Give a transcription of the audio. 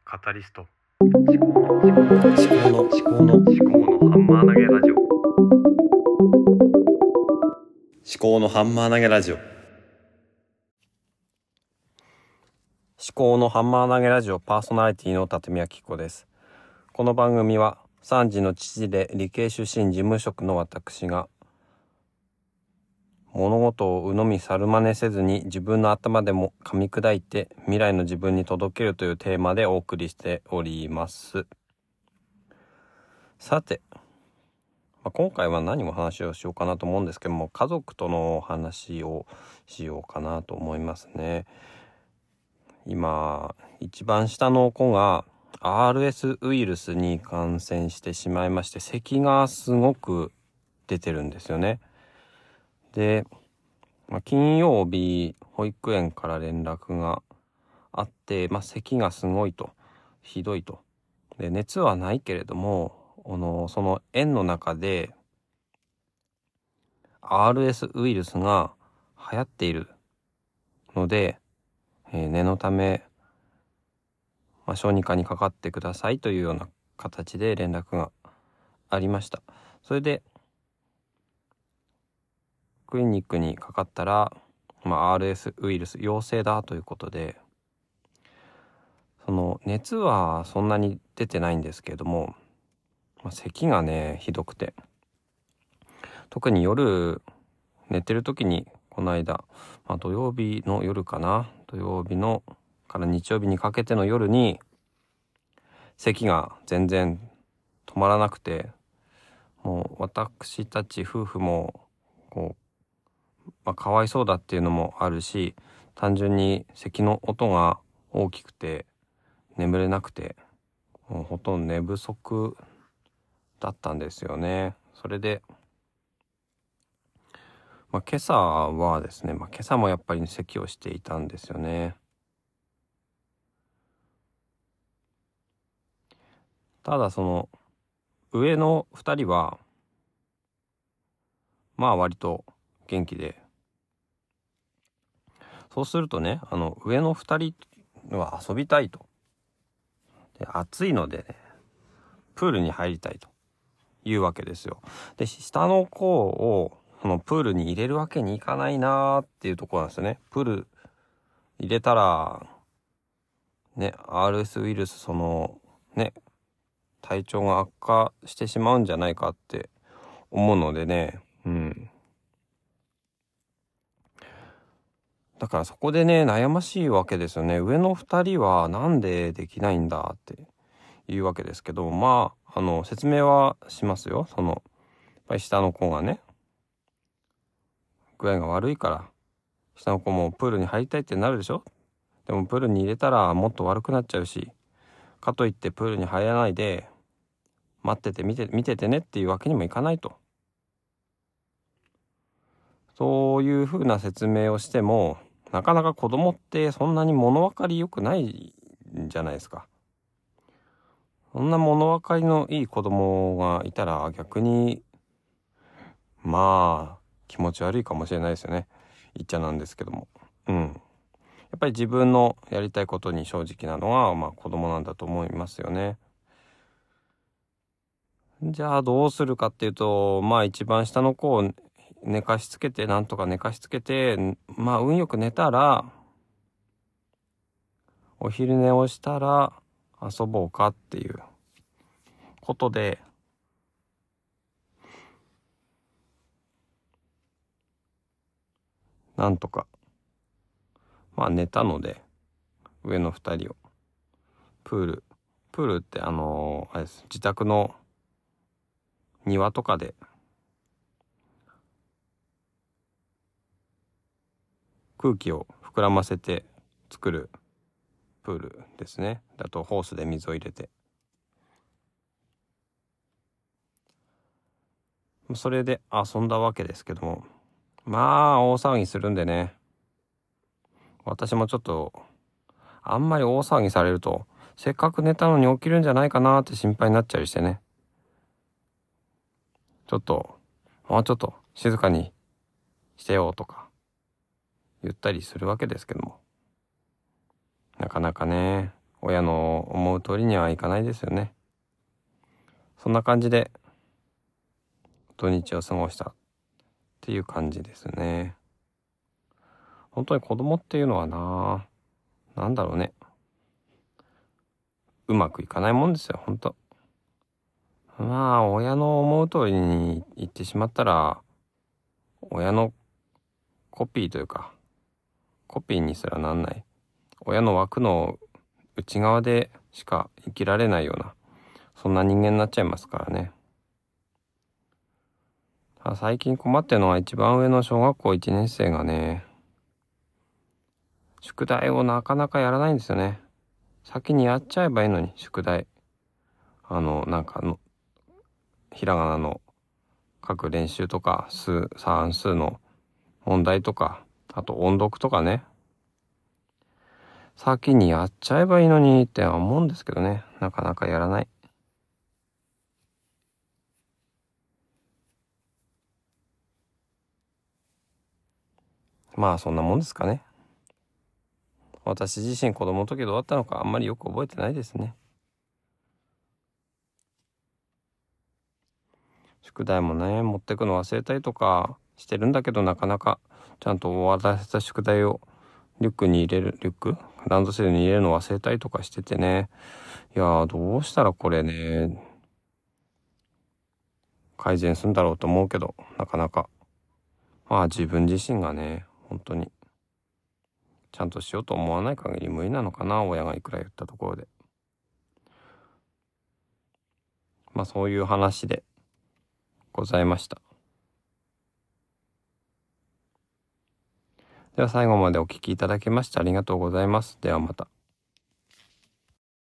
カタリスト思考のハンマー投げラジオ。 思考のハンマー投げラジオ。思考のハンマー投げラジオパーソナリティの立見明子です。この番組は3児の父で理系出身事務職の私が物事を鵜呑み猿真似せずに自分の頭でも噛み砕いて未来の自分に届けるというテーマでお送りしております。さて、今回は何も話をしようかなと思うんですけども、家族との話をしようかなと思いますね。今一番下の子が RS ウイルスに感染してしまいまして、咳がすごく出てるんですよね。で、金曜日保育園から連絡があって、咳がすごいと、ひどいと。で、熱はないけれども、その園の中で RS ウイルスが流行っているので、念のため、小児科にかかってくださいというような形で連絡がありました。それでクリニックにかかったら、RS ウイルス陽性だということで、その熱はそんなに出てないんですけれども、咳がねひどくて、特に夜寝てる時にこの間、土曜日の夜かな、土曜日のから日曜日にかけての夜に咳が全然止まらなくて、もう私たち夫婦もかわいそうだっていうのもあるし、単純に咳の音が大きくて眠れなくて、もうほとんど寝不足だったんですよね。それで、今朝はですね、今朝もやっぱり咳をしていたんですよね。ただその上の2人は割と元気で、そうするとね、上の2人は遊びたいと。で、暑いのでね、プールに入りたいというわけですよ。で、下の子をそのプールに入れるわけにいかないなーっていうところなんですよね。プール入れたらね、RS ウイルス体調が悪化してしまうんじゃないかって思うのでね、だからそこでね、悩ましいわけですよね。上の2人はなんでできないんだっていうわけですけど、説明はしますよ。やっぱり下の子がね、具合が悪いから下の子もプールに入りたいってなるでしょ。でもプールに入れたらもっと悪くなっちゃうし、かといってプールに入らないで待ってて見ててねっていうわけにもいかないと。そういうふうな説明をしても、なかなか子供ってそんなに物分かり良くないんじゃないですか。そんな物分かりのいい子供がいたら逆に気持ち悪いかもしれないですよね。言っちゃなんですけども。やっぱり自分のやりたいことに正直なのは子供なんだと思いますよね。じゃあどうするかっていうと、一番下の子をなんとか寝かしつけて、運よく寝たら、お昼寝をしたら遊ぼうかっていうことで、なんとか寝たので、上の2人をプールってあれです、自宅の庭とかで空気を膨らませて作るプールですね。あとホースで水を入れて、それで遊んだわけですけども、大騒ぎするんでね、私もちょっとあんまり大騒ぎされると、せっかく寝たのに起きるんじゃないかなって心配になっちゃうりしてね、もうちょっと静かにしてよとか言ったりするわけですけども、なかなかね、 親の思う通りにはいかないですよね。そんな感じで土日を過ごしたっていう感じですね。本当に子供っていうのはなんだろうね。うまくいかないもんですよ、本当。まあ、親の思う通りに言ってしまったら、親のコピーというか、コピーにすらなんない。親の枠の内側でしか生きられないような、そんな人間になっちゃいますからね。最近困ってるのは一番上の小学校1年生がね、宿題をなかなかやらないんですよね。先にやっちゃえばいいのに、宿題。なんかの、ひらがなの書く練習とか、算数の問題とか、あと音読とかね。先にやっちゃえばいいのにって思うんですけどね。なかなかやらない。まあそんなもんですかね。私自身子供の時どうだったのかあんまりよく覚えてないですね。宿題もね、持ってくの忘れたりとかしてるんだけど、なかなかちゃんと渡せた宿題をリュックに入れる、ランドセルに入れるの忘れたりとかしててね。いやー、どうしたらこれね、改善するんだろうと思うけど、なかなか。まあ自分自身がね、本当にちゃんとしようと思わない限り無理なのかな、親がいくら言ったところで。まあそういう話でございました。では最後までお聞きいただきましてありがとうございます。ではまた。